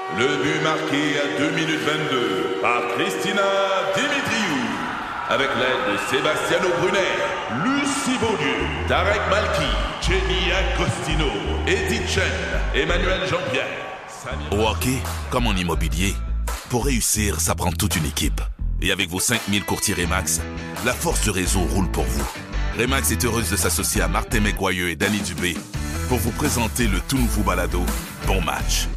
Le but marqué à 2 minutes 22 par Christina Dimitriou. Avec l'aide de Sebastiano Brunet, Lucie Beaulieu, Tarek Malki, Jenny Agostino, Edith Chen, Emmanuel Jean-Pierre. Au hockey, comme en immobilier, pour réussir, ça prend toute une équipe. Et avec vos 5000 courtiers Remax, la force du réseau roule pour vous. Remax est heureuse de s'associer à Martin McGuire et Danny Dubé pour vous présenter le tout nouveau balado Bon Match.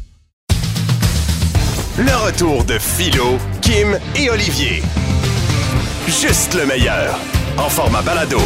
Le retour de Philo, Kim et Olivier. Juste le meilleur. En format balado.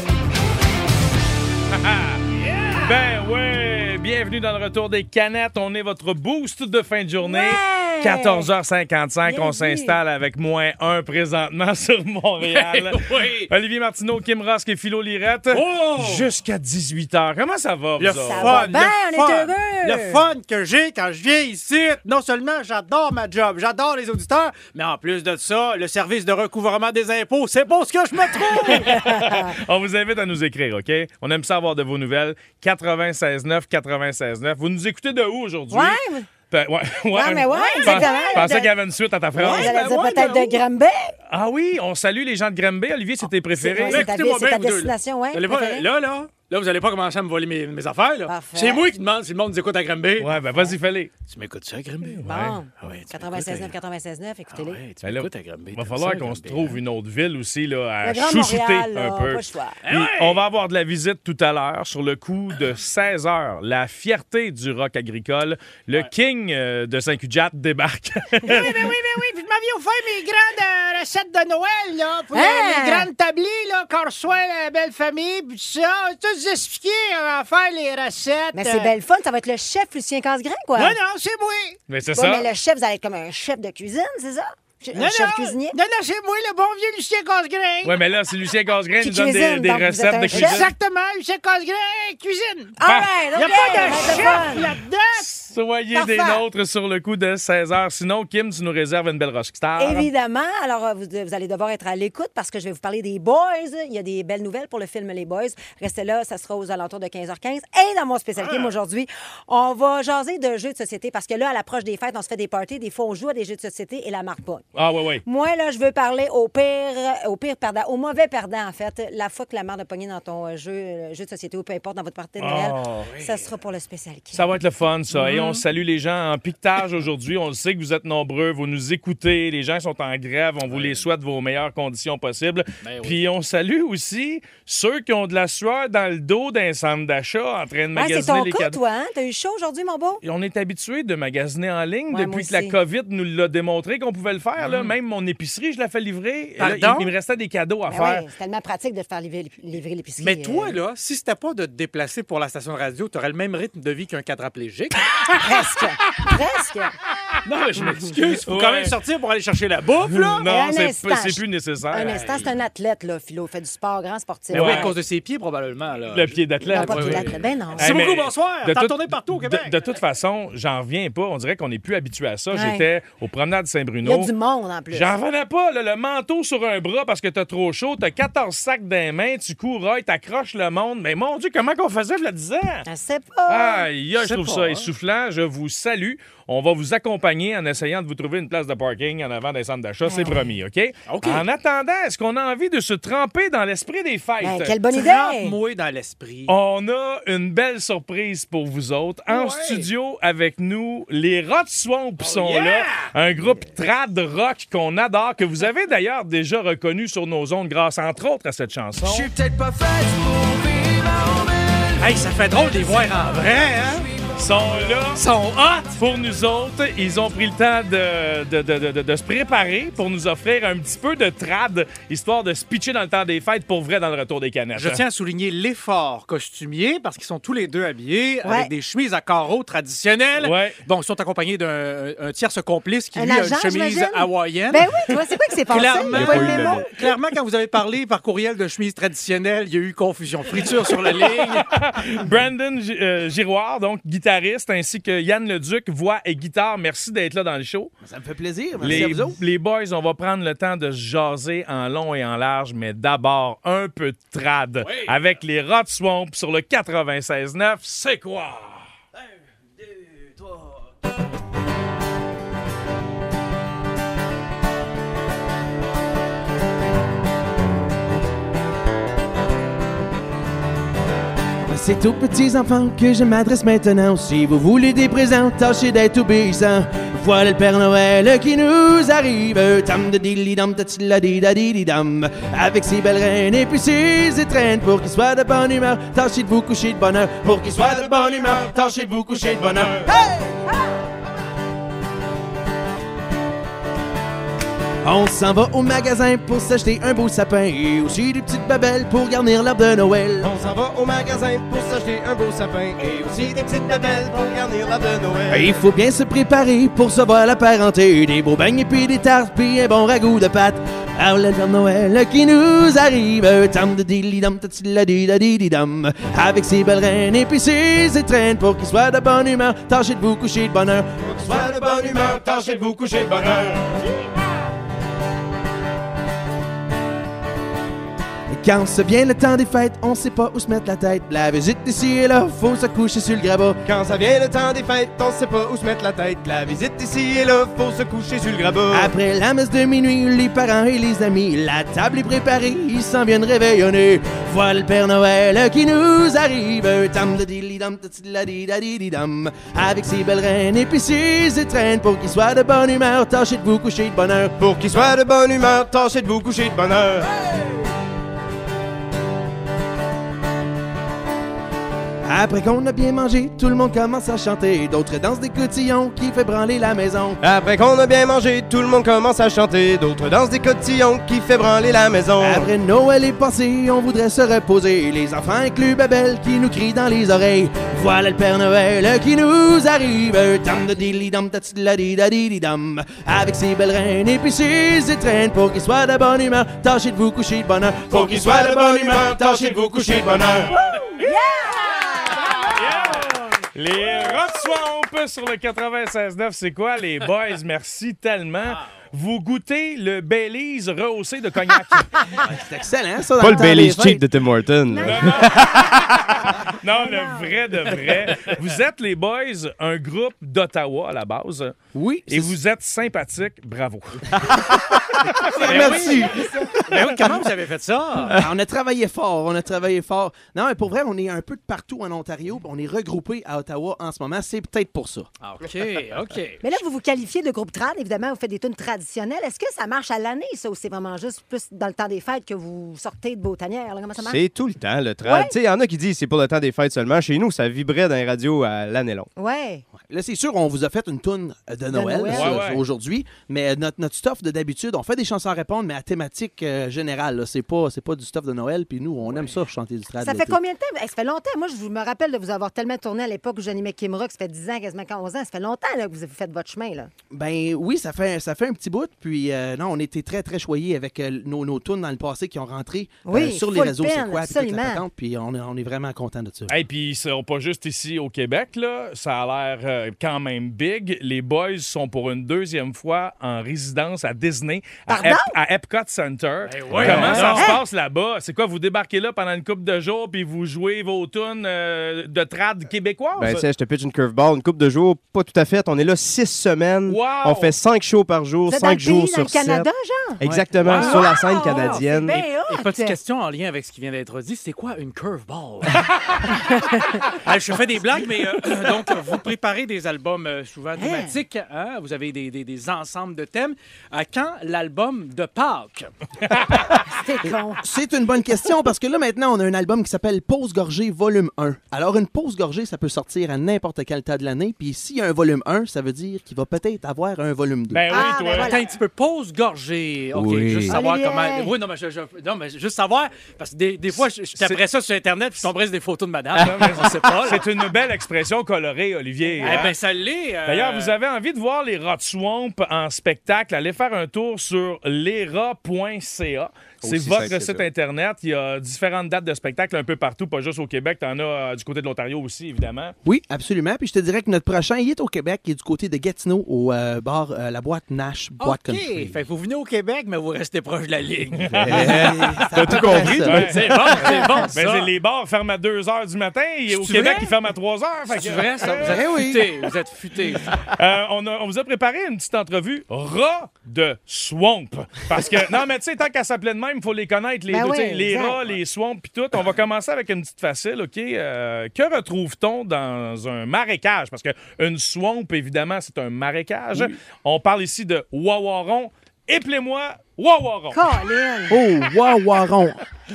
Ben ouais, bienvenue dans le retour des canettes. On est votre boost de fin de journée. Ouais. 14h55, on s'installe avec -1 présentement sur Montréal. Oui. Olivier Martineau, Kim Rosk et Philo Lirette. Oh! Jusqu'à 18h. Comment ça va, vous Le autres? Ça fun, va bien, le on est fun. heureux. Le fun que j'ai quand je viens ici. Non seulement j'adore ma job, j'adore les auditeurs, mais en plus de ça, le service de recouvrement des impôts, c'est pour ce que je me trouve. On vous invite à nous écrire, OK? On aime ça avoir de vos nouvelles. 96.9. Vous nous écoutez de où aujourd'hui? Ouais. Ouais, Non, mais ouais, exactement. Je pensais qu'il y avait une suite à ta phrase. Vous allez dire ouais, peut-être ben de Granby. Ah oui, on salue les gens de Granby. Olivier, c'est tes préférés. C'est ta Écoutez-moi bien, c'est ta vous deux, là. destination, ouais. Vous allez pas- préférée? Là, vous allez pas commencer à me voler mes affaires, là. Parfait. C'est moi qui demande si le monde nous écoute à Granby. Ouais, ben vas-y, fais-les. Tu m'écoutes ça à Granby? Bon, Ah ouais, tu 96.9, 96.9, écoutez-les. Ouais, tu Ben là, m'écoutes à Granby. Il va falloir qu'on se trouve une autre ville aussi là, à Le Grand chouchouter Montréal, un là, peu. pas le choix. Puis, on va avoir de la visite tout à l'heure sur le coup de 16h. La fierté du rock agricole. Le King de Saint-Cujat débarque. Oui. Puis je m'en viens vous faire mes grandes recettes de Noël, là. Pour Hein? les grandes tabliers, là, qu'on reçoit la belle famille, puis tout ça. Tout vous expliquer à faire les recettes. Mais c'est belle fun, ça va être le chef Lucien Casgrain, quoi. Non, c'est moi. Mais c'est Ouais, ça. mais le chef, vous allez être comme un chef de cuisine, c'est ça? Un Non, chef cuisinier? Non, c'est moi, le bon vieux Lucien Casgrain. Ouais, mais là, c'est Lucien Casgrain Qui nous donne cuisine, des donc vous recettes êtes un de chef? cuisine. Exactement, Lucien Casgrain, cuisine. All right, Il OK. n'y a pas de ça va être chef fun. là-dedans. Soyez Parfait. des nôtres sur le coup de 16h. Sinon, Kim, tu nous réserves une belle rockstar. Évidemment. Alors, vous allez devoir être à l'écoute parce que je vais vous parler des Boys. Il y a des belles nouvelles pour le film Les Boys. Restez là, ça sera aux alentours de 15h15. Et dans mon spécial Kim aujourd'hui, on va jaser de jeux de société parce que là, à l'approche des fêtes, on se fait des parties. Des fois, on joue à des jeux de société et la marque pas. Ah, ouais. Moi, là, je veux parler au pire perdant, au mauvais perdant, en fait. La fois que la marde a pogné dans ton jeu de société ou peu importe, dans votre partie de Noël, ça sera pour le spécial Kim. Ça va être le fun, ça. Et on salue les gens en piquetage aujourd'hui. On le sait que vous êtes nombreux. Vous nous écoutez. Les gens sont en grève. On vous les souhaite vos meilleures conditions possibles. Ben oui. Puis on salue aussi ceux qui ont de la sueur dans le dos d'un centre d'achat en train de Ouais, c'est magasiner ton les cas, cadeaux. toi, hein? T'as eu chaud aujourd'hui, mon beau? Et on est habitué de magasiner en ligne Ouais, depuis moi que la aussi. COVID nous l'a démontré qu'on pouvait le faire. Là. Même mon épicerie, je la fais livrer. Et là, Pardon? il me restait des cadeaux à Ben faire. ouais, c'est tellement pratique de te faire livrer l'épicerie. Mais toi, là, si c'était pas de te déplacer pour la station de radio, t'aurais le même rythme de vie qu'un quadriplégique. Presque. Presque. Non, mais je m'excuse. Faut Ouais. quand même sortir pour aller chercher la bouffe, là. Mais un Non, c'est instant, plus nécessaire. Un instant, c'est un athlète, là, Philo. Fait du sport, grand sportif. Mais oui, Ouais. à cause de ses pieds, probablement. Là. Le pied Non, d'athlète. pas oui, pied oui. d'athlète. Ben non. Merci mais beaucoup, bonsoir. de T'en toute- tournais partout au Québec. De toute façon, j'en reviens pas. On dirait qu'on n'est plus habitué à ça. Ouais. J'étais au promenade Il y Saint-Bruno. a du monde, en plus. J'en revenais pas, là, le manteau sur un bras parce que t'as trop chaud, t'as 14 sacs dans les mains, tu cours, t'accroches le monde. Mais mon Dieu, comment qu'on faisait, v'là 10 ans? Je sais pas. Aïe, je sais trouve pas, ça hein. essoufflant. Je vous salue. On va vous accompagner en essayant de vous trouver une place de parking en avant des centres d'achat. C'est promis, OK? OK. En attendant, est-ce qu'on a envie de se tremper dans l'esprit des fêtes? Ben, quelle bonne idée. Trempe-moi dans l'esprit. On a une belle surprise pour vous autres. En Ouais. studio avec nous, les Rot Swamp sont yeah! là. Un groupe trad rock qu'on adore, que vous avez d'ailleurs déjà reconnu sur nos ondes grâce, entre autres, à cette chanson. Hey, ça fait drôle de les voir en vrai, hein? Sont là. Ils sont hot! Pour nous autres, ils ont pris le temps de se préparer pour nous offrir un petit peu de trad, histoire de se pitcher dans le temps des fêtes pour vrai dans le retour des canettes. Je tiens à souligner l'effort costumier parce qu'ils sont tous les deux habillés Ouais. avec des chemises à carreaux traditionnelles. Ouais. Bon, ils sont accompagnés d'un tierce complice qui, Un lui, a agent, une chemise j'imagine? hawaïenne. Ben oui, toi, c'est quoi qui s'est passé? Clairement, Il y a pas eu le mémo? clairement, quand vous avez parlé par courriel de chemise traditionnelle, il y a eu confusion. Friture sur la ligne. Brandon Giroir, donc guitariste, ainsi que Yann Leduc, voix et guitare. Merci d'être là dans le show. Ça me fait plaisir. Merci à vous autres. Les boys, on va prendre le temps de se jaser en long et en large, mais d'abord, un peu de trad avec les Rot Swamp sur le 96.9. C'est quoi? C'est aux petits enfants que je m'adresse maintenant. Si vous voulez des présents, tâchez d'être obéissants. Voilà le Père Noël qui nous arrive. Tam de dili-dam, tatila-di-da-di-di-dam. Avec ses belles reines et puis ses étrennes. Pour qu'il soit de bonne humeur, tâchez de vous coucher de bonne heure. Pour qu'il soit de bonne humeur, tâchez de vous coucher de bonne heure. Hey! On s'en va au magasin pour s'acheter un beau sapin et aussi des petites babelles pour garnir l'arbre de Noël. On s'en va au magasin pour s'acheter un beau sapin et aussi des petites babelles pour garnir l'arbre de Noël. Il faut bien se préparer pour recevoir la parenté, des beaux beignes et puis des tartes puis un bon ragoût de pâtes. Alors le Père Noël qui nous arrive, tam de dili-dam, tatila-di-da-di-di-dam. Avec ses belles reines et puis ses étrennes pour qu'il soit de bonne humeur, tâchez de vous coucher de bonne heure. Pour qu'il soit de bonne humeur, tâchez de vous coucher de bonne heure. Quand se vient le temps des fêtes, on sait pas où se mettre la tête. La visite ici et là, faut se coucher sur le grabat. Quand ça vient le temps des fêtes, on sait pas où se mettre la tête. La visite ici et là, faut se coucher sur le grabat. Après la messe de minuit, les parents et les amis, la table est préparée, ils s'en viennent réveillonner. Voilà le Père Noël qui nous arrive. Tam de dili-dam, tatila-di-da-di-di-dam. Avec ses belles reines et puis ses étrennes. Pour qu'il soit de bonne humeur, tâchez de vous coucher de bonne heure. Pour qu'il soit de bonne humeur, tâchez de vous coucher de bonne heure. Après qu'on a bien mangé, tout le monde commence à chanter. D'autres dansent des cotillons qui fait branler la maison. Après qu'on a bien mangé, tout le monde commence à chanter. D'autres dansent des cotillons qui fait branler la maison. Après Noël est passé, on voudrait se reposer. Les enfants incluent Babel qui nous crient dans les oreilles. Voilà le Père Noël qui nous arrive. Tam de dili-dam, tatila-di-da-di-di-dam. Avec ses belles reines et puis ses étrennes. Pour qu'il soit de bonne humeur, tâchez de vous coucher de bonne heure. Pour qu'il soit de bonne humeur, tâchez de vous coucher de bonne heure. Les Rock Swamp sur le 96.9, c'est quoi, les boys? Merci tellement. Vous goûtez le Baileys rehaussé de cognac. C'est excellent, ça. Pas le Baileys cheap de Tim Hortons. Non, le vrai de vrai. Vous êtes, les boys, un groupe d'Ottawa à la base. Oui. Et vous êtes sympathiques. Bravo. Merci. Ben oui, comment vous avez fait ça? On a travaillé fort, Non, mais pour vrai, on est un peu de partout en Ontario. On est regroupés à Ottawa en ce moment. C'est peut-être pour ça. OK. Mais là, vous vous qualifiez de groupe trad. Évidemment, vous faites des tunes traditionnelles. Est-ce que ça marche à l'année, ça, ou c'est vraiment juste plus dans le temps des fêtes que vous sortez de beaux tanières? Comment ça marche? C'est tout le temps, le trad. Ouais. Tu sais, il y en a qui disent que c'est pour le temps des fêtes seulement. Chez nous, ça vibrait dans les radios à l'année longue. Ouais. Là, c'est sûr, on vous a fait une toune de Noël, Noël. ça, Ouais. aujourd'hui. Mais notre stuff de d'habitude, on fait des chansons à répondre, mais à thématique générale. Là. C'est pas du stuff de Noël. Puis nous, on aime ça, chanter du trad. Ça fait combien de temps? Ça fait longtemps. Moi, je me rappelle de vous avoir tellement tourné à l'époque où j'animais Kim Rock. Ça fait 10 ans, quasiment 11 ans. Ça fait longtemps là, que vous avez fait votre chemin. Là. Ben oui, ça fait un petit bout. Puis non, on était très, très choyés avec nos tunes dans le passé qui ont rentré sur les full réseaux. pin, C'est quoi? Puis toute absolument. la patente, puis on est vraiment contents de ça. Et puis, ils sont pas juste ici au Québec, là. Ça a l'air quand même big. Les boys sont pour une deuxième fois en résidence à Disney, à Epcot Center. Comment ça se passe là-bas? C'est quoi, vous débarquez là pendant une couple de jours puis vous jouez vos tunes de trad québécoises? Ben, je te pitch une curveball, une couple de jours, pas tout à fait. On est là 6 semaines. Wow! On fait 5 shows par jour, Vous êtes 5 jours dans sur le 7. Canada, genre? Exactement, Ouais. sur la scène Wow! canadienne. C'est bien hot. Et petite question en lien avec ce qui vient d'être dit, c'est quoi une curveball? Je fais des blagues, mais donc, vous préparez des albums souvent thématiques. Hein? Vous avez des ensembles de thèmes. À quand l'album de Pâques? C'est con. C'est une bonne question parce que là, maintenant, on a un album qui s'appelle Pause Gorgée Volume 1. Alors, une pause gorgée, ça peut sortir à n'importe quel temps de l'année. Puis s'il y a un volume 1, ça veut dire qu'il va peut-être avoir un volume 2. Ben oui, Ah, toi. ben voilà. Attends un petit peu, pause gorgée. OK, Oui. juste savoir Olivier. comment... Oui, non, mais juste savoir, parce que des fois, je taperais ça sur Internet puis je tomberais sur des photos de madame. Je sais pas. C'est une belle expression colorée, Olivier. Eh bien, ça l'est. D'ailleurs, vous avez envie de voir les Rock Swamp en spectacle, allez faire un tour sur lera.ca. C'est Aussi votre simple que site ça. Internet. Il y a différentes dates de spectacle un peu partout, pas juste au Québec. T'en as du côté de l'Ontario aussi, évidemment. Oui, absolument. Puis je te dirais que notre prochain, il est au Québec, il est du côté de Gatineau, au bar La Boîte Nash, boîte OK. country. Fait que vous venez au Québec, mais vous restez proche de la ligne. T'as tout compris, toi? C'est bon, Mais ça. les bars ferment à 2 h du matin et au C'est Québec, vrai? ils ferment à 3 h. C'est vrai, ça? Vous êtes Eh oui. futés. Vous êtes futés. On vous a préparé une petite entrevue rat de swamp. Parce que, non, mais tu sais, tant qu'à s'appeler de même, il faut les connaître, les Ben deux. oui, Tu sais, les exact. rats, les swamps, puis tout. On va commencer avec une petite facile, OK? Que retrouve-t-on dans un marécage? Parce qu'une swamp, évidemment, c'est un marécage. On parle ici de wawaron. Éplez-moi, wawaron. Colin! Oh, wawaron.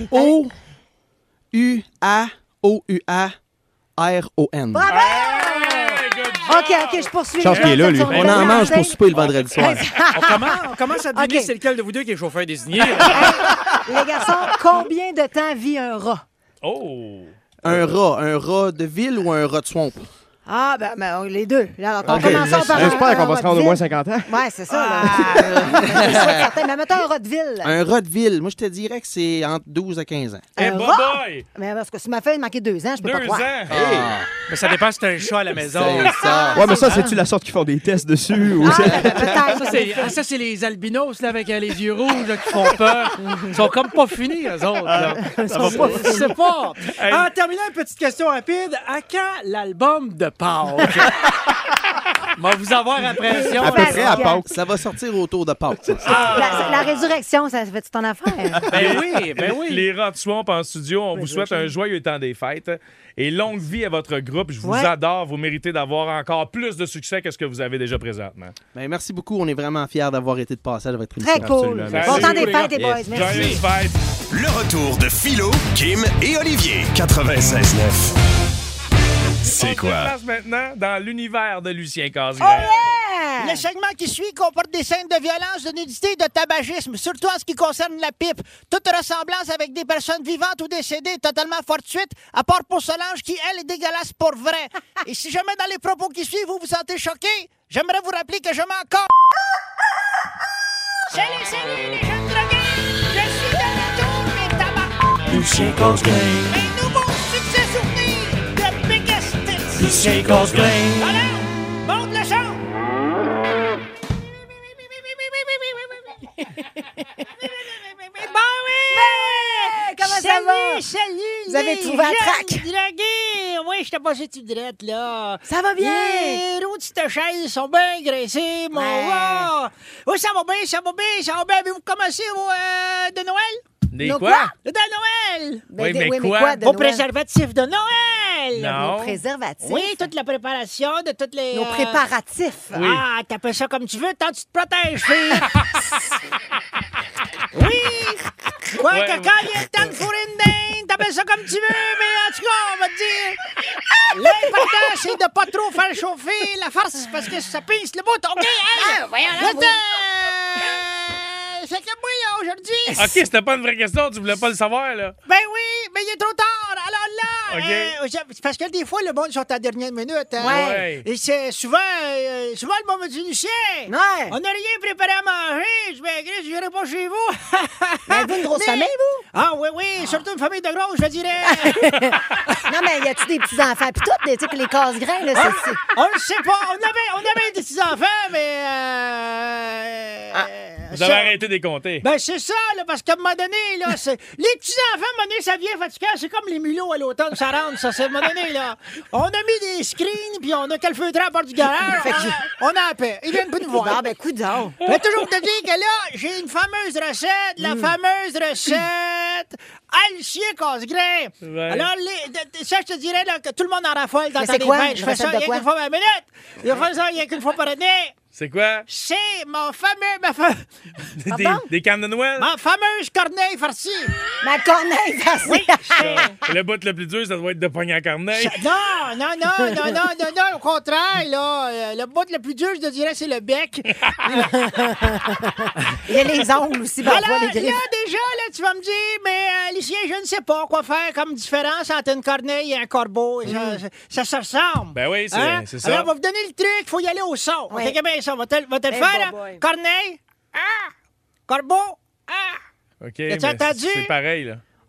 O-U-A-O-U-A-R-O-N. Bravo! Hey, good job! OK, je poursuis. Chance qu'il est là, lui. On en mange pour souper le vendredi soir. On commence à deviner OK. c'est lequel de vous deux qui est chauffeur désigné. Les garçons, combien de temps vit un rat? Oh! Un rat de ville ou un rat de swamp? Ah, ben les deux. Alors, Ok, commençons par j'espère qu'on va rat se rendre de au moins ville. 50 ans. Ouais, c'est ça. Là. Je suis certain. Mais mettons un rat de ville. Un rat de ville, moi, je te dirais que c'est entre 12 et 15 ans. Eh, Un boy, rat? boy! Mais parce que si ma feuille manquait 2 ans, je peux 2 pas ans! croire. Hey! Mais ça dépend si t'as un chat à la maison. C'est ça. Ouais, mais ça, c'est-tu la sorte qui font des tests dessus? Ou c'est- Peut-être. Ça, c'est les albinos là, avec les yeux rouges là, qui font peur. Ils sont comme pas finis, eux autres. Là. Ça va pas. Je sais pas. Hey. En terminant, une petite question rapide. À quand l'album de Pâques? On va vous avoir l'impression. À peu près à Pâques. Ça va sortir autour de Pâques. ça. La résurrection, ça fait ton affaire. Ben oui, ben oui. Les rats de swamp en studio, on vous souhaite un joyeux temps des fêtes et longue vie à votre groupe. Je vous Ouais. adore. Vous méritez d'avoir encore plus de succès que ce que vous avez déjà présentement. Ben, merci beaucoup. On est vraiment fiers d'avoir été de passage à votre émission. Très cool. Absolument. Bon temps Merci. des fêtes, les boys. Yes. Merci. Joyeuses fêtes! Le retour de Philo, Kim et Olivier. 96.9. C'est On se quoi? déplace maintenant dans l'univers de Lucien Casgrain. Le segment qui suit comporte des scènes de violence, de nudité et de tabagisme, surtout en ce qui concerne la pipe. Toute ressemblance avec des personnes vivantes ou décédées est totalement fortuite, à part pour Solange qui, elle, est dégueulasse pour vrai. Et si jamais dans les propos qui suivent, vous vous sentez choqué, j'aimerais vous rappeler que je m'en encore. Salut les jeunes drogués! Je suis de retour, mes tabacs! Lucien Casgrain. Un nouveau succès souvenir de Biggest Hits! Lucien Casgrain. Alors, monte le son! Comment ça va? Salut! Vous avez trouvé la traque? Dragué! Oui, je t'ai passé tout drette, là. Ça va bien? Les roues de cette chaise sont bien graissées, mon Ouais. gars. Oui, ça va bien, ça va bien, ça va bien. Avez-vous commencé de Noël? Des Nos quoi? De Noël! Oui, mais quoi? de Vos Noël? préservatifs de Noël! Non. Nos préservatifs. Oui, toute la préparation de toutes les... Nos préparatifs. Oui. Ah, t'appelles ça comme tu veux, tant que tu te protèges, fille. Oui! Quoi, Ouais, que ouais. quand il est temps de fourrer une dinde, t'appelles ça comme tu veux, mais en tout cas, on va te dire... L'important, c'est de pas trop faire chauffer la farce, parce que ça pince le bout, OK? Hey! C'est que moi, là, aujourd'hui... OK, c'était pas une vraie question, tu voulais pas le savoir, là. Ben oui, mais il est trop tard. Alors là, OK. c'est parce que des fois, le monde sont à la dernière minute. Hein? Ouais. Et c'est souvent le bon me dit, Lucien, Ouais. on n'a rien préparé à manger. Je vais je n'irai pas chez vous. Mais avez-vous une grosse famille, vous? Ah oui, oui, surtout une famille de grosses, je dirais. Non, mais y a-tu des petits-enfants? Puis tout, tu sais, que les casse-grains, là, c'est... On ne sait pas. On avait des petits-enfants, mais... Vous avez arrêté de les compter. Ben, c'est ça, là, parce qu'à un moment donné, là, les petits-enfants, à un moment donné, ça vient fatigant. C'est comme les mulots à l'automne, ça rentre, ça, c'est à un moment donné, là. On a mis des screens, puis on a calfeutré à bord du garage. On a la paix. Ils viennent pas nous voir. Ah, ben, coudonc. Mais toujours te dire que là, j'ai une fameuse recette, la fameuse recette Lucien Casgrain. Ouais. Alors, ça, je te dirais là, que tout le monde en raffole dans Mais ta c'est quoi, fêtes. Je une fais ça recette de rien quoi? qu'une fois par minute. Je fais ça rien qu'une fois par année. C'est quoi? C'est mon fameux, Des cannes de Noël? ma fameuse corneille farcie. Ma corneille, vas-y. Oui, c'est... Le bout le plus dur, ça doit être de pogner à corneille. Non, au contraire, là, le bout le plus dur, je te dirais, c'est le bec. Il y a les ongles aussi, Alors, parfois, les là, griffes. déjà, là, tu vas me dire, mais Lucien, je ne sais pas quoi faire comme différence entre une corneille et un corbeau. Ça se ressemble. Ben oui, Hein? c'est ça. Alors, on va vous donner le truc, il faut y aller au son. Oui. On bien ça, va te le Eh, faire, là? boy. Corneille, corbeau, OK, As-tu mais entendu? c'est pareil, là.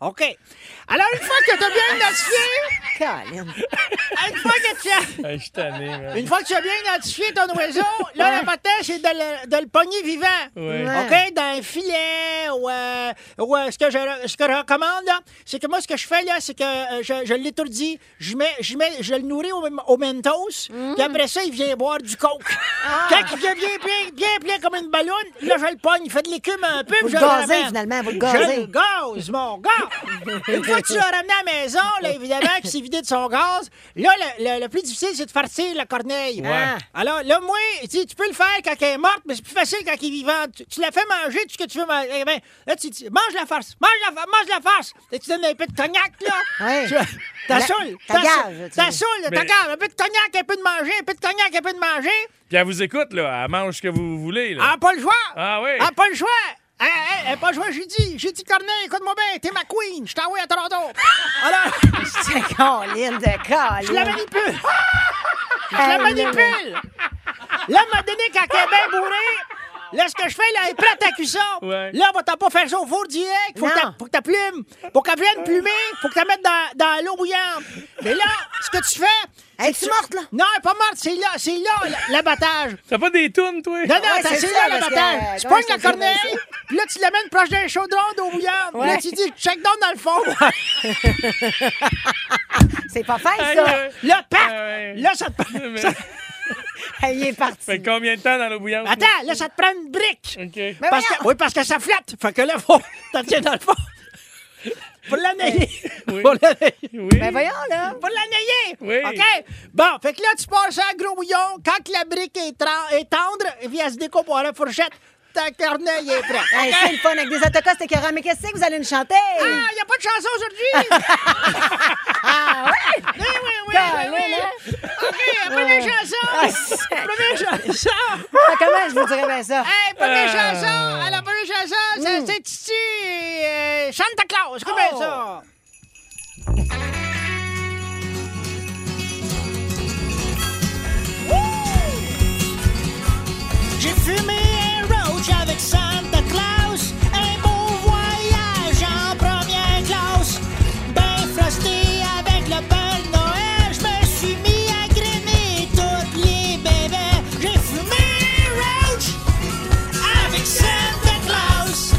OK. Alors, une fois que tu as bien identifié... Colin. Une fois que tu as... Je suis tanné, man. Une fois que tu as bien identifié ton oiseau, là, l'important, c'est de le pogner vivant. Ouais. OK? Dans un filet ou ce que je recommande, là, c'est que moi, ce que je fais, là, c'est que je l'étourdis, je le nourris au Mentos, puis après ça, il vient boire du coke. Quand il devient bien plein comme une ballonne, là, je le pogne, il fait de l'écume un peu, Vous puis le je le gazez, ramène. finalement, vous le Je gazez. le gaze, mon gars! Une fois que tu l'as ramené à la maison, là, évidemment, qu'il s'est vidé de son gaz, là, le plus difficile, c'est de farcir la corneille. Ouais. Alors, là, moi, tu peux le faire quand elle est morte, mais c'est plus facile quand elle est vivante. Tu la fais manger, tout ce que tu veux manger. Eh ben, là, tu dis, mange la farce, mange la farce. Et tu donnes un peu de cognac, là. Ouais. T'as saoul. Ta gave, tu T'as veux. saoul, Mais- ta gave. Un peu de cognac, un peu de manger, un peu de cognac, un peu de manger. Puis elle vous écoute, là. Elle mange ce que vous voulez, là. Ah, pas le choix. Ah oui? Ah, pas le choix. Pas le choix, j'ai dit, Corneille, écoute-moi bien, t'es ma queen, je t'envoie à Toronto. Alors, C'est Colin de Colin. je la manipule. Je la manipule. Là, à un moment donné, quand elle est bien bourrée, là, ce que je fais, là, elle est prête à cuisson. Ouais. Là, on va t'en pas faire ça au four direct. Faut que ta plume, pour qu'elle vienne plumer, faut que tu la mettes dans l'eau bouillante. Mais là, ce que tu fais... Es-tu morte, là? Non, elle est pas morte, c'est là, l'abattage. T'as pas des tunes, toi? Non, Ouais, c'est c'est là ça, l'abattage. parce que- Tu comment pognes je la te dirais corneille, puis là, tu l'amènes proche d'un chaudron d'eau bouillante. Ouais. Là, tu dis, check down dans le fond. C'est pas fin, Aïe, ça. aïe. Là, paf! Ouais. Là, ça te... Mais- Il est parti. Fait combien de temps dans l'eau bouillante? Attends, là, ça te prend une brique. OK. Mais Oui, parce que ça flatte. Fait que là, faut... T'en tiens dans le fond. Pour l'anayer. Oui. Pour l'anayer. Oui. Ben voyons, là. Pour l'anayer. Oui. OK? Bon, fait que là, tu passes ça à gros bouillon. Quand la brique est tendre, et puis elle se découpe à la fourchette, ta corneille est prête. Hey, OK? c'est le fun avec des autocars, c'est écœurant. Mais qu'est-ce que vous allez nous chanter? Ah, il n'y a pas de chanson aujourd'hui! Ah, oui? Oui. Colin, OK, première chanson! Première chanson! Ah, comment je vous dirais bien ça? Hey, première chanson! Alors, première chanson, c'est Titi Santa Claus. Comment ça? J'ai fumé un roach avec Santa Claus, un beau voyage en première classe. Ben frosté avec le Père Noël, je me suis mis à grainer toutes les bébés. J'ai fumé un roach avec Santa Claus.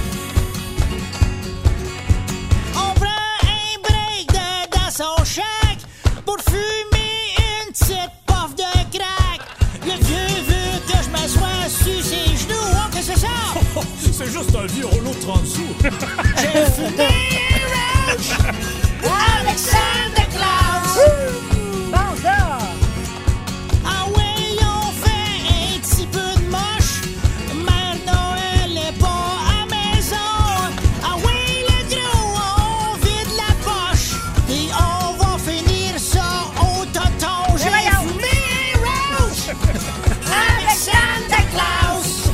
On prend un break dans son shack pour fumer une petite puff de crack. Le vieux veut que je m'assoie sur ses genoux. Oh, qu'est-ce que c'est ça? C'est juste un vieux rouleau de 30 sous. J'ai fumé un roach avec Santa Claus. Bon, ça. Ah ouais, on fait un petit peu de moche. Mère Noël est pas à maison. Ah ouais, le gros, on vide la poche. Et on va finir ça au tonton. J'ai fumé un roach avec Santa Claus.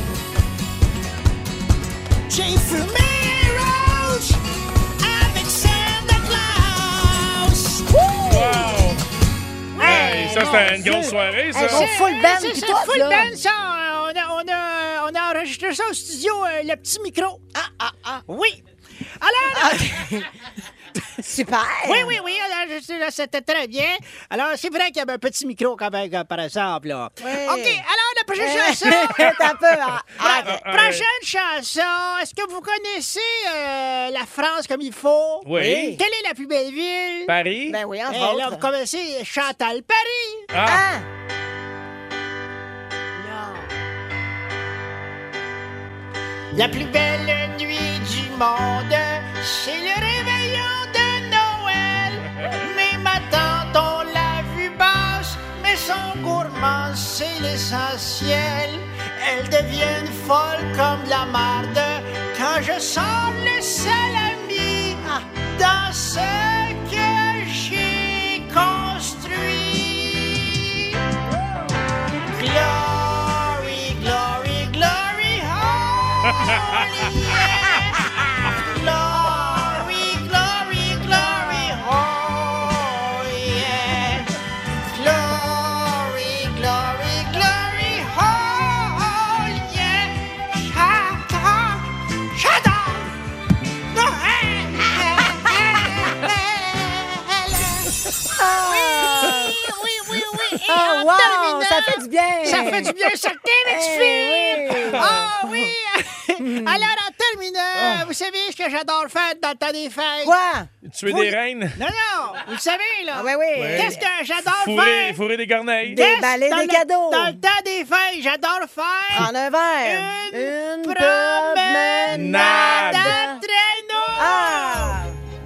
J'ai fumé un roach avec Santa Claus. Wow! Hey, ça, c'était une grosse soirée, ça. Hey, on full band C'est pis ça, tout, full là. band, ça. On a enregistré ça au studio, le petit micro. Oui. Alors, Super. oui, alors, c'était très bien. Alors, c'est vrai qu'il y avait un petit micro quand même, par exemple, là. Oui. OK, alors, la prochaine chanson. T'as un peu. Prochaine chanson. Est-ce que vous connaissez la France comme il faut? Oui. Quelle est la plus belle ville? Paris? Ben oui, entre Eh, là, vous autres. connaissez Chantal Paris. Ah! Ah! La plus belle nuit du monde, c'est le réveillon de Noël. Mais ma tante, on l'a vue basse, mais son gourmand, c'est l'essentiel. Elle devient folle comme de la marde quand je sors le salami dans ce que j'ai construit. Glory, glory, glory, holy, yeah. Glory, glory, glory, oh yeah. Glory, glory, glory, oh yeah. Shut up, shut up. No, hey, hey, hey. Bien certain, mes petits filles! Ah oui! Alors, en terminant, vous savez ce que j'adore faire dans le temps des fêtes? Quoi? Tuer des reines? Non, vous le savez, là. Ah, oui. Qu'est-ce que j'adore faire? Fourrer des corneilles. Déballer des cadeaux. Dans le temps des fêtes, j'adore faire... Prendre un verre. Une promenade à traîneau. Ah!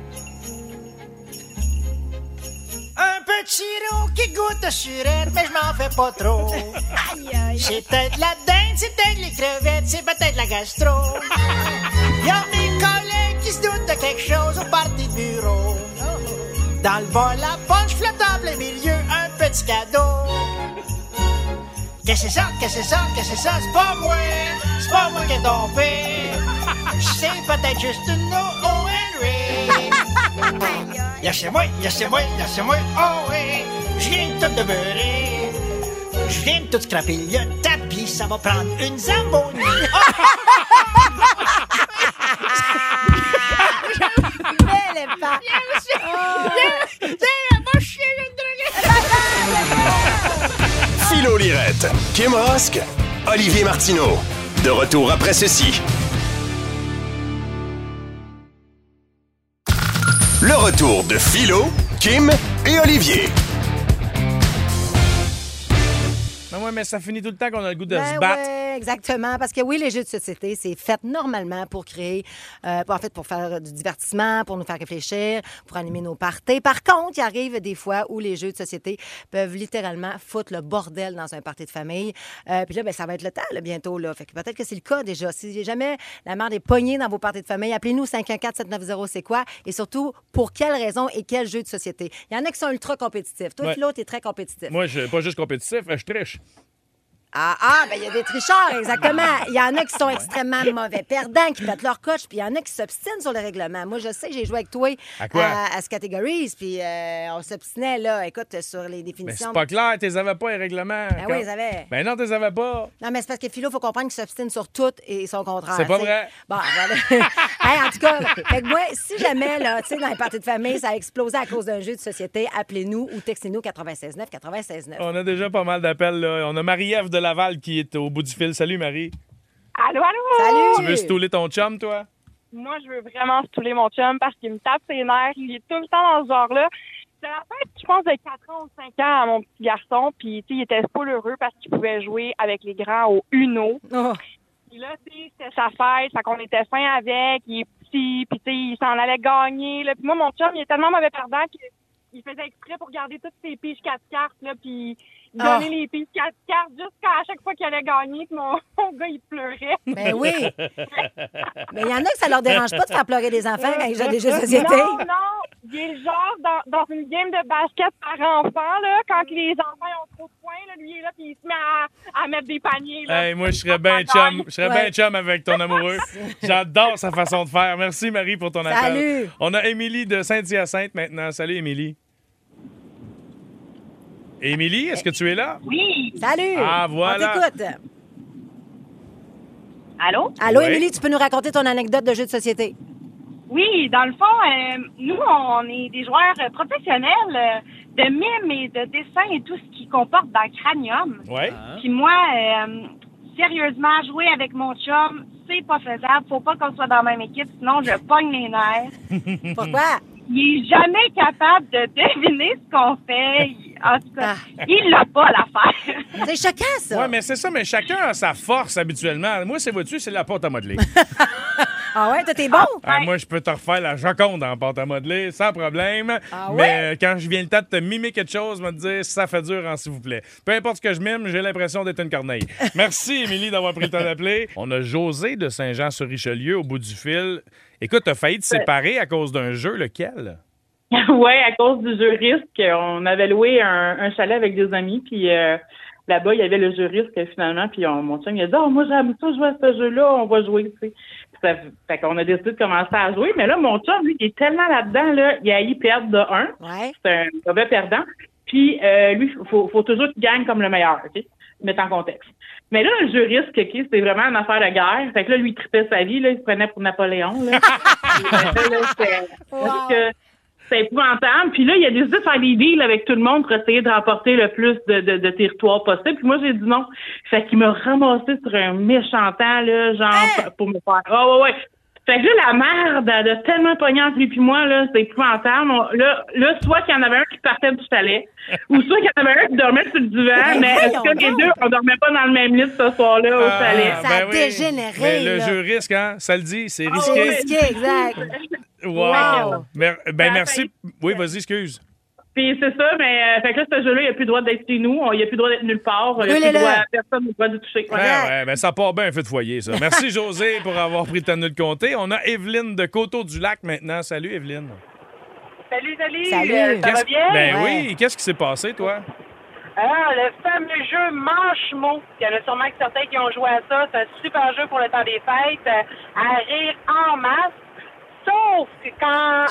Un petit roux qui goûte sur elle, mais je m'en fais pas trop. C'est peut-être la dinde, c'est peut-être les crevettes, c'est peut-être la gastro. Y'a mes collègues qui se doutent de quelque chose au party de bureau. Dans le bol, la punch flottable au milieu, un petit cadeau. Qu'est-ce que c'est ça? C'est pas moi qui ai tombé. C'est peut-être juste une O.N.R. Lâchez-moi, oh oui, je viens tout de beurrer. Je viens de tout scraper le tapis, ça va prendre une Zamboni. Philo Lirette, Kim Rosk, Olivier Martineau. De retour après ceci. Le retour de Philo, Kim et Olivier. Ouais, mais ça finit tout le temps qu'on a le goût de se Ben battre. ouais, exactement. Parce que oui, les jeux de société, c'est fait normalement pour créer, pour faire du divertissement, pour nous faire réfléchir, pour animer nos parties. Par contre, il arrive des fois où les jeux de société peuvent littéralement foutre le bordel dans un party de famille. Puis là, ben, ça va être le temps là, bientôt. Là. Fait que peut-être que c'est le cas déjà. Si jamais la merde est pognée dans vos parties de famille, appelez-nous 514-790, c'est quoi? Et surtout, pour quelles raisons et quels jeux de société? Il y en a qui sont ultra compétitifs. Toi, Philo, t'es très compétitif. Moi, je suis pas juste compétitif, je triche. Ben il y a des tricheurs, exactement. Il y en a qui sont extrêmement mauvais perdants, qui pètent leur coche, puis il y en a qui s'obstinent sur le règlement. Moi, je sais, j'ai joué avec toi à ce Categories, puis on s'obstinait, là, écoute, sur les définitions. Mais c'est pas clair, t'es avais pas les règlements. Ben oui, ils avaient. Ben non, t'es avais pas. Non, mais c'est parce que Philo, il faut comprendre qu'il s'obstine sur tout et son contraire. C'est pas vrai. Bon, voilà. En tout cas, fait que moi, si jamais, là, tu sais, dans les parties de famille, ça a explosé à cause d'un jeu de société, appelez-nous ou textez-nous 96.9, 96.9. On a déjà pas mal d'appels, là. On a Marie-Ève de Laval qui est au bout du fil. Salut, Marie. Allô? Salut! Tu veux stouler ton chum, toi? Moi, je veux vraiment stouler mon chum parce qu'il me tape ses nerfs. Il est tout le temps dans ce genre-là. C'est la fête, je pense, de 4 ans ou 5 ans à mon petit garçon. Puis, tu sais, il était pas heureux parce qu'il pouvait jouer avec les grands au Uno. Oh. Puis là, tu sais, c'était sa fête. Fait qu'on était fin avec. Il est petit. Puis, tu sais, il s'en allait gagner. Là. Puis moi, mon chum, il est tellement mauvais perdant qu'il faisait exprès pour garder toutes ses piges 4 cartes. Là, puis donner les piges 4 cartes jusqu'à chaque fois qu'il allait gagner. Puis mon gars, il pleurait. Ben oui. Mais il y en a que ça leur dérange pas de faire pleurer des enfants quand ils jouent à des jeux de société. Non. Il est genre dans une game de basket par enfant, là, quand les enfants ont trop de points, là, lui il est là puis il se met à mettre des paniers. Là. Hey, moi, je serais bien chum. Je serais bien chum avec ton amoureux. J'adore sa façon de faire. Merci, Marie, pour ton appel. Salut. On a Émilie de Saint-Hyacinthe maintenant. Salut, Émilie. Émilie, est-ce que tu es là? Oui. Salut. Ah, voilà. On t'écoute. Allô? Allô, Oui. Émilie, tu peux nous raconter ton anecdote de jeu de société? Oui, dans le fond, nous, on est des joueurs professionnels de mimes et de dessins et tout ce qui comporte dans Cranium. Oui. Puis moi, sérieusement, jouer avec mon chum, c'est pas faisable. Faut pas qu'on soit dans la même équipe, sinon je pogne les nerfs. Pourquoi? Il est jamais capable de deviner ce qu'on fait. En tout cas, il l'a pas, l'affaire. C'est choquant, ça. Oui, mais c'est ça, mais chacun a sa force habituellement. Moi, c'est vois-tu, c'est la pâte à modeler. Ah ouais, toi, t'es bon? Moi, je peux te refaire la Joconde en pâte à modeler, sans problème. Ah ouais? Mais quand je viens le temps de te mimer quelque chose, je vais te dire, ça fait dur, s'il vous plaît. Peu importe ce que je mime, j'ai l'impression d'être une corneille. Merci, Émilie, d'avoir pris le temps d'appeler. On a José de Saint-Jean-sur-Richelieu au bout du fil. Écoute, t'as failli te séparer à cause d'un jeu, lequel? Oui, à cause du jeu risque. On avait loué un chalet avec des amis, puis là-bas, il y avait le jeu risque finalement, puis mon chum, il a dit « Oh, moi, j'aime ça jouer à ce jeu-là, on va jouer, tu sais. » Fait qu'on a décidé de commencer à jouer, mais là, mon chum, lui, il est tellement là-dedans, là, il a y perdre de 1. Ouais. C'est un mauvais perdant. Puis, lui, faut toujours qu'il gagne comme le meilleur, OK? Mettre en contexte. Mais là, le jeu risque, OK, c'est vraiment une affaire de guerre. Fait que là, lui, il tripait sa vie, là, il se prenait pour Napoléon, là. C'est épouvantable. Puis là, il a décidé de faire des deals avec tout le monde pour essayer de remporter le plus de territoire possible. Puis moi, j'ai dit non. Fait qu'il m'a ramassé sur un méchant temps, là, genre, pour me faire... Ah ouais. Fait que là, la merde, elle a tellement pogné entre lui puis moi, là, c'est épouvantable. Là, soit qu'il y en avait un qui partait du chalet, ou soit qu'il y en avait un qui dormait sur le divan, mais est-ce que les deux, on dormait pas dans le même lit ce soir-là au chalet? Ça a dégénéré, mais le là. jeu risque, hein? Ça le dit, c'est risqué. C'est risqué, exact. Wow! Merci. Oui, vas-y, excuse. Puis c'est ça, mais fait que là, ce jeu-là, il n'a plus le droit d'être chez nous, il n'a plus le droit d'être nulle part, il n'a plus le droit, personne n'a le droit de toucher. Ben, ça part bien un feu de foyer, ça. Merci, José, pour avoir pris le temps de nous le compter. On a Evelyne de Coteau-du-Lac maintenant. Salut, Evelyne. Salut. Ça va bien? Ben oui, qu'est-ce qui s'est passé, toi? Alors, le fameux jeu Manche-mots. Il y en a sûrement certains qui ont joué à ça. C'est un super jeu pour le temps des fêtes, à rire en masse. Sauf que quand.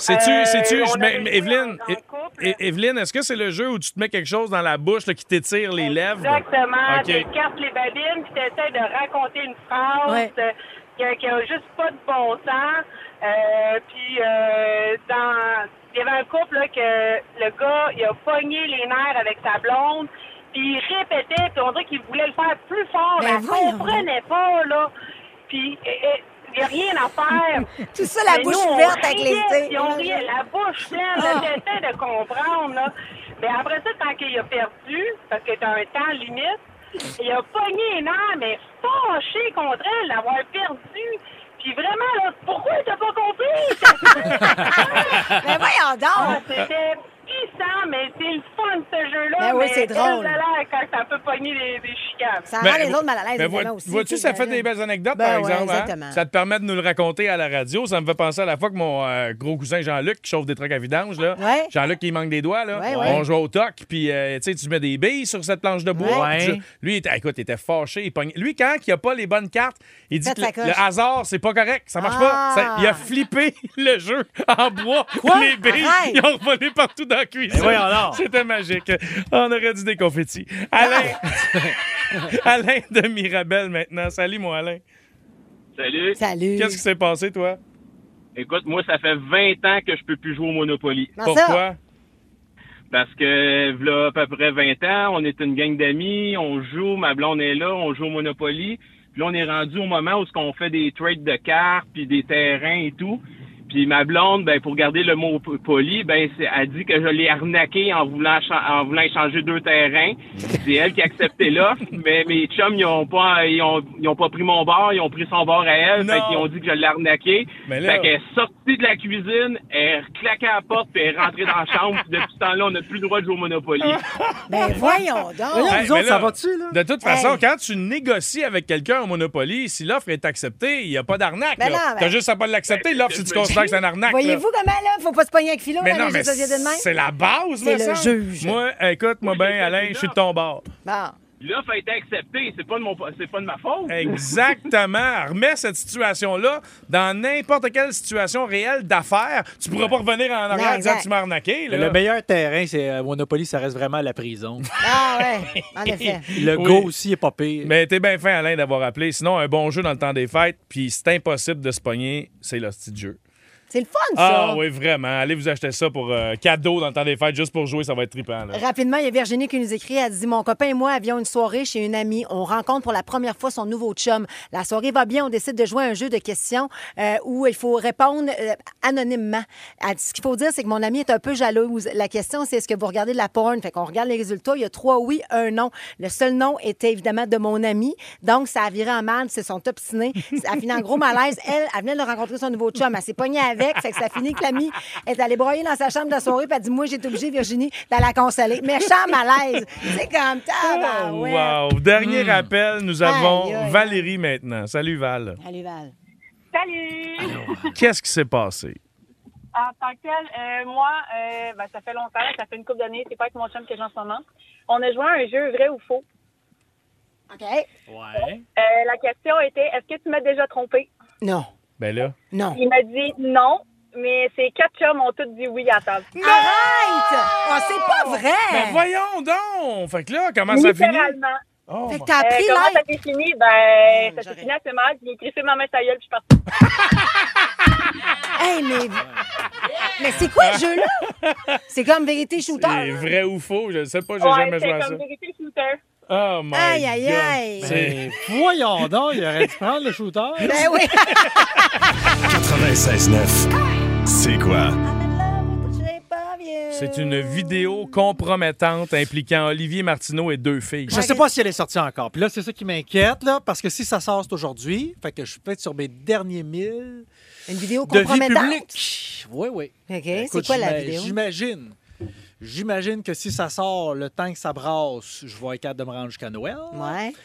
Evelyne, est-ce que c'est le jeu où tu te mets quelque chose dans la bouche là, qui t'étire les lèvres? Exactement. Okay. Tu écartes les babines puis tu essaies de raconter une phrase qui a juste pas de bon sens. Il y avait un couple là, que le gars, il a pogné les nerfs avec sa blonde, puis il répétait, puis on dirait qu'il voulait le faire plus fort, mais elle comprenait pas, là. Puis il n'y a rien à faire. Tout ça, la bouche ouverte avec les idées. On riait, la bouche pleine, j'essaie de comprendre, là. Mais après ça, quand il a perdu, parce que t'as un temps limite, il a pogné les nerfs, mais fâché contre elle d'avoir perdu. Puis vraiment, là, pourquoi t'as pas compris? Mais voyons donc! C'était puissant, mais c'est le fun, ce jeu-là. Ben oui, c'est drôle. Quand ça peut pogner des chicanes. Ça rend les autres mal à l'aise, évidemment, aussi. Vois-tu, ça fait des belles anecdotes, par exemple. Exactement. Hein? Ça te permet de nous le raconter à la radio. Ça me fait penser à la fois que mon gros cousin Jean-Luc, qui chauffe des trucs à vidange, là. Ouais. Jean-Luc, il manque des doigts, là. Ouais. On joue au toc, puis tu mets des billes sur cette planche de bois. Ouais. Lui, il était fâché. Lui, quand il n'a pas les bonnes cartes, il dit que le hasard, c'est pas correct. Ça marche pas. Il a flippé le jeu en bois. Quoi? Les billes, ils ont volé partout dans la cuisine. C'était magique. On aurait dû des confettis. Alain de Mirabel maintenant. Salut, mon Alain. Salut. Qu'est-ce qui s'est passé, toi? Écoute, moi, ça fait 20 ans que je peux plus jouer au Monopoly. Pourquoi? Parce que, là, à peu près 20 ans, on est une gang d'amis, on joue, ma blonde est là, on joue au Monopoly. Puis là, on est rendu au moment où on fait des trades de cartes, puis des terrains et tout. Puis ma blonde, pour garder le mot poli, elle dit que je l'ai arnaqué en voulant échanger 2 terrains. C'est elle qui a accepté l'offre, mais mes chums, ils ont pas pris mon bord, ils ont pris son bord à elle, fait qu'ils ont dit que je l'ai arnaqué. Fait qu'elle est sortie de la cuisine, elle a claqué à la porte, puis elle est rentrée dans la chambre. Puis depuis ce temps-là, on n'a plus le droit de jouer au Monopoly. Ben voyons donc! Ça va-tu, là? De toute façon, quand tu négocies avec quelqu'un au Monopoly, si l'offre est acceptée, il n'y a pas d'arnaque. T'as juste à pas l'accepter, l'offre, si tu considères que c'est un arnaque. Voyez-vous comment, là, faut pas se pogner avec Philo mais dans non, les mais sociétés de même? c'est la base, c'est le juge. Moi, écoute-moi bien, Alain, je suis de ton bord. Bon. L'offre a été acceptée, c'est pas de ma faute. Exactement. Remets cette situation-là dans n'importe quelle situation réelle d'affaires. Tu pourras pas revenir en arrière en disant que tu m'as arnaqué. Là. Le meilleur terrain, c'est Monopoly, ça reste vraiment la prison. Ah ouais, en effet. Le go aussi est pas pire. Mais t'es bien fin, Alain, d'avoir appelé. Sinon, un bon jeu dans le temps des fêtes, puis c'est impossible de se pogner, c'est l'hostie de jeu. C'est le fun, ça. Ah oui, vraiment. Allez vous acheter ça pour cadeau dans le temps des fêtes, juste pour jouer, ça va être trippant. Là. Rapidement, il y a Virginie qui nous écrit. Elle dit: mon copain et moi avions une soirée chez une amie. On rencontre pour la première fois son nouveau chum. La soirée va bien. On décide de jouer à un jeu de questions où il faut répondre anonymement. Elle dit, ce qu'il faut dire, c'est que mon amie est un peu jalouse. La question, c'est: est-ce que vous regardez de la porn? Fait qu'on regarde les résultats. Il y a 3 oui, 1 non. Le seul non était évidemment de mon amie. Donc, ça a viré en mal. C'est son obstiné. Ça a fini en gros malaise. Elle venait de rencontrer son nouveau chum. Elle s'est pognée avec. Fait que ça a fini que l'amie est allée broyer dans sa chambre de la soirée, puis elle dit: moi, j'ai été obligée, Virginie, d'aller la consoler. Méchant malaise. C'est comme ça. Wow. Dernier appel, nous avons Valérie maintenant. Salut, Val. Salut, Val. Salut! Qu'est-ce qui s'est passé? En tant que tel, moi, ça fait longtemps, ça fait une couple d'années, c'est pas avec mon chum que j'ai en ce moment. On a joué à un jeu vrai ou faux. OK. Ouais. La question était: est-ce que tu m'as déjà trompé? Non. Ben là. Non. Il m'a dit non, mais ses 4 chums ont tous dit oui à table. Arrête! Oh, c'est pas vrai! Ben voyons donc! Fait que là, comment ça finit? Oh, fait que t'as appris comment live. ça s'est fini? Ben, ça s'est fini assez mal. J'ai écrit ma main sa gueule, puis je suis partie. Hey, mais c'est quoi ce jeu-là? C'est comme vérité shooter. C'est vrai ou faux? Je ne sais pas, j'ai Ouais, jamais joué à c'est ça. comme vérité shooter. Oh my Aïe, aïe, God. aïe. Ben, voyons donc, il aurait dû prendre le shooter. Ben oui. 96.9. C'est quoi? C'est une vidéo compromettante impliquant Olivier Martineau et 2 filles. Je sais pas si elle est sortie encore. Puis là, c'est ça qui m'inquiète, là, parce que si ça sort, c'est aujourd'hui. Fait que je suis peut-être sur mes derniers 1000 Une vidéo de vie compromettante. publique. Oui, oui. OK, Écoute, c'est quoi la vidéo? J'imagine que si ça sort, le temps que ça brasse, je vais être capable de me rendre jusqu'à Noël. Ouais.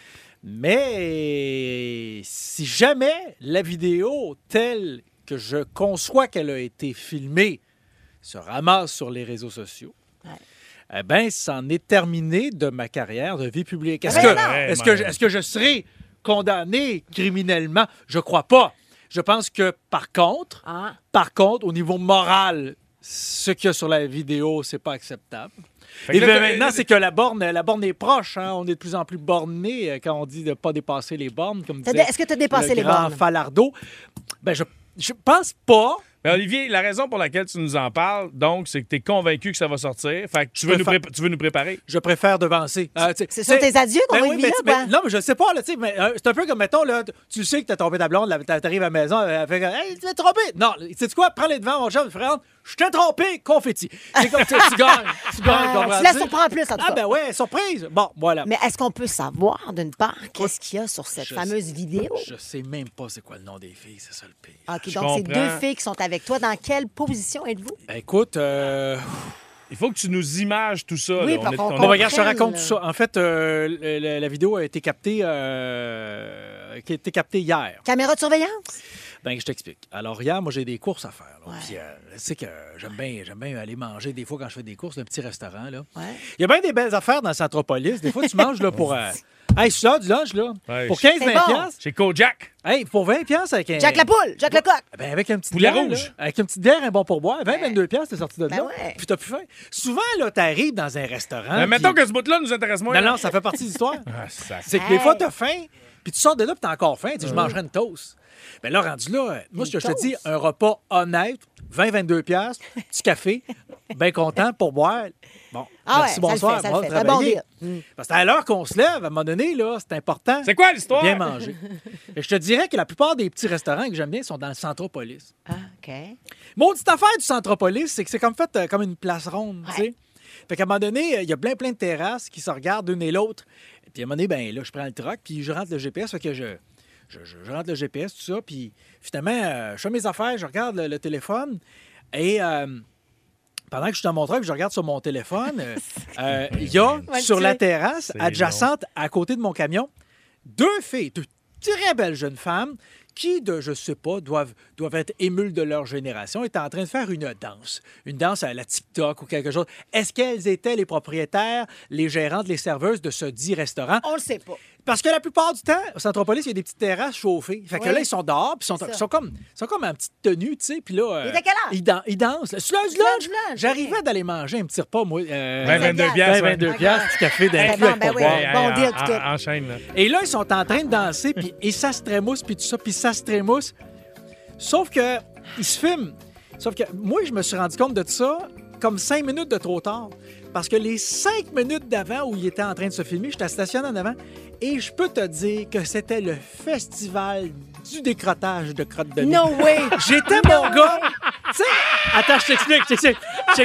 Mais si jamais la vidéo telle que je conçois qu'elle a été filmée se ramasse sur les réseaux sociaux, eh bien, c'en est terminé de ma carrière de vie publique. Est-ce que je serai condamné criminellement? Je crois pas. Je pense que, par contre, au niveau moral, ce qu'il y a sur la vidéo, c'est pas acceptable. Et maintenant, c'est que la borne est proche. Hein? On est de plus en plus borné quand on dit de ne pas dépasser les bornes. Comme disait Est-ce que tu as dépassé les grand bornes? Falardeau. Ben, je pense pas. Mais Olivier, la raison pour laquelle tu nous en parles, donc, c'est que tu es convaincu que ça va sortir. Fait que tu veux nous préparer. Je préfère devancer. C'est sur tes adieux qu'on va y vivre, là? Non, mais je sais pas, là, tu sais, mais c'est un peu comme, mettons, là, tu sais que t'as trompé ta blonde, t'arrives à la maison, elle fait hey, tu t'es trompé! Non, sais-tu quoi? Prends les devants, mon chum, frère, je t'ai trompé, confetti. C'est comme, tu gagnes, tu la surprends plus, en tout cas. Ah, ben ouais, surprise! Bon, voilà. Mais est-ce qu'on peut savoir, d'une part, qu'est-ce qu'il y a sur cette fameuse vidéo? Je sais même pas c'est quoi le nom des filles, c'est ça le pire. OK, donc c'est 2 filles qui sont avec toi. Dans quelle position êtes-vous? Ben, écoute, il faut que tu nous images tout ça. Oui, là. Regarde, je te raconte tout ça. En fait, la vidéo a été captée, hier. Caméra de surveillance? Ben, je t'explique. Alors, hier, moi, j'ai des courses à faire. Puis, tu sais que j'aime bien aller manger des fois quand je fais des courses, un petit restaurant. Là. Ouais. Il y a bien des belles affaires dans Centropolis. Des fois, tu manges là, pour... hey, c'est ça, du lunch, là. Ouais, pour 15-20$. Bon. Chez Kojak. Hey, pour 20$ avec un... Jack la poule, Jack le coq. Ben, avec un petit Poulet bière, rouge. là, avec une petite bière, un bon pourboire. 20-22$, t'es sorti de là. Ouais. Puis t'as plus faim. Souvent, là, t'arrives dans un restaurant. Mais mettons puis... que ce bout-là nous intéresse moins. Non, ça fait partie de l'histoire. Ça... C'est que des fois, t'as faim, puis tu sors de là, puis t'as encore faim. Tu dis, je mangerai une toast. Mais là, rendu là, moi, ce que je te dis, un repas honnête, 20-22$, petit café, bien content pour boire. Bon, merci, bonsoir. Ça le fait. C'est un bon deal. Parce que à l'heure qu'on se lève, à un moment donné, là, c'est important. C'est quoi l'histoire? Bien manger. Et je te dirais que la plupart des petits restaurants que j'aime bien sont dans le Centropolis. Ah, OK. Maudite affaire du Centropolis, c'est que c'est comme fait comme une place ronde, tu sais. Fait qu'à un moment donné, il y a plein de terrasses qui se regardent l'une et l'autre. Puis à un moment donné, ben là, je prends le truck, puis je rentre le GPS, fait que je rentre le GPS, tout ça, puis finalement, je fais mes affaires, je regarde le téléphone, et pendant que je suis dans mon truck, je regarde sur mon téléphone, il y a sur la terrasse, adjacente, à côté de mon camion, 2 filles, 2 très belles jeunes femmes, qui, je sais pas, doivent être émules de leur génération, étaient en train de faire une danse à la TikTok ou quelque chose. Est-ce qu'elles étaient les propriétaires, les gérantes, les serveuses de ce dit restaurant? On le sait pas. Parce que la plupart du temps, au Centropolis, il y a des petites terrasses chauffées. Fait que là, ils sont dehors, puis ils sont comme en petite tenue, tu sais. Puis là, il est à quelle heure? ils dansent. C'est l'heure du lunch. J'arrivais d'aller manger un petit repas, moi. 22$. 22$, petit café d'un cul avec bon deal, tout. Enchaîne, là. Et là, ils sont en train de danser, puis et ça se trémousse, puis tout ça, puis ça se trémousse. Sauf que, ils se filment. Sauf que moi, je me suis rendu compte de ça comme 5 minutes de trop tard. Parce que les 5 minutes d'avant où il était en train de se filmer, j'étais stationné en avant, et je peux te dire que c'était le festival du décrottage de crottes de nez. No way! J'étais mon gars. Tu sais, attends, je t'explique. Tu sais,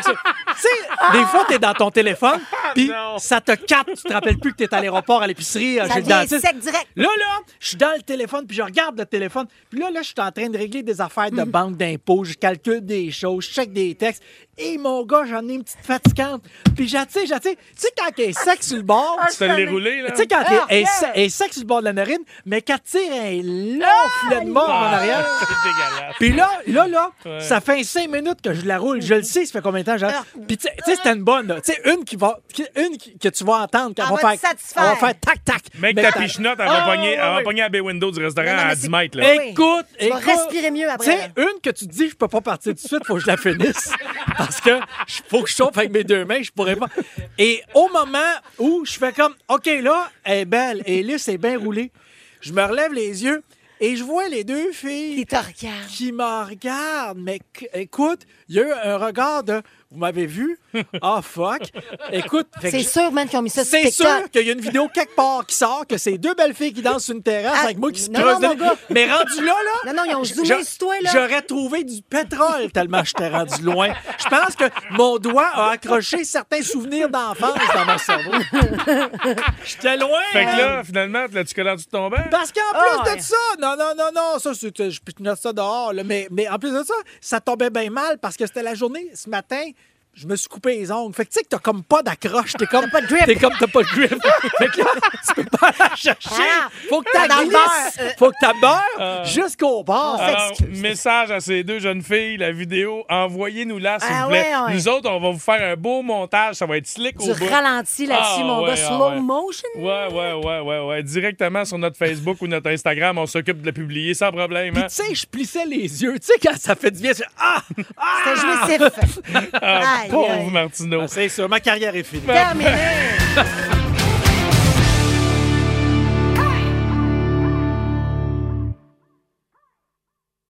des fois, t'es dans ton téléphone, puis ça te capte. Tu te rappelles plus que t'es à l'aéroport, à l'épicerie, chez le dentiste. Sec direct. Là, je suis dans le téléphone, puis je regarde le téléphone. Puis là, je suis en train de régler des affaires de banque d'impôts. Je calcule des choses, je check des textes. Et mon gars, j'en ai une petite fatigante. Puis tu sais, quand elle est sec sur le bord... Tu te l'es roulé, là? Tu sais, quand elle est sec sur le bord de la narine, mais qu'elle tire un long filet de mort en arrière. C'est dégueulasse. Puis là, ça fait 5 minutes que je la roule. Je le sais, ça fait combien de temps, genre. Puis tu sais, c'était une bonne, là. Tu sais, une qui une que tu vas entendre quand Elle va te satisfaire. on va faire tac-tac. Mec, ta pichenote, elle va pogner à la baie window du restaurant à 10 mètres. Là. Écoute, Tu vas respirer mieux après. Tu sais, une que tu te dis, je peux pas partir tout de suite, faut que je la finisse. Parce que faut que je chauffe avec mes deux mains, je pourrais pas. Et au moment où je fais comme, OK, là, elle est belle, elle est lisse, elle est bien roulée, je me relève les yeux et je vois les deux filles qui me regardent. Mais écoute, il y a eu un regard de... Vous m'avez vu? Ah, fuck. Écoute... C'est sûr, man, qu'ils ont mis ça sur C'est TikTok. sûr qu'il y a une vidéo quelque part qui sort, que c'est deux belles filles qui dansent sur une terrasse avec moi qui se creusent. mon gars. Mais rendu là... Non, ils ont zoomé sur toi, là. J'aurais trouvé du pétrole tellement j'étais rendu loin. Je pense que mon doigt a accroché certains souvenirs d'enfance dans mon cerveau. J'étais loin. Fait que là, finalement, l'as-tu collé en dessous de ton banc? Parce qu'en plus de ça, non, ça, je note ça dehors, là, mais en plus de ça, ça tombait bien mal parce que c'était la journée, ce matin, je me suis coupé les ongles. Fait que tu sais que t'as comme pas d'accroche, t'as pas de grip. T'as pas de grip. Fait que là, tu peux pas la chercher. Faut que t'as glisse. Faut que t'as beurre jusqu'au bord. Alors, message à ces deux jeunes filles, la vidéo, envoyez-nous-la, s'il vous plaît. Ouais. Nous autres, on va vous faire un beau montage, ça va être slick au bout. Du ralenti là-dessus, mon gars, slow motion. Ouais. Directement sur notre Facebook ou notre Instagram, on s'occupe de le publier sans problème. Puis tu sais, je plissais les yeux. Tu sais, quand ça fait du bien, C'était jouissif. Pauvre Martineau. C'est sûr, ma carrière est finie. Terminé.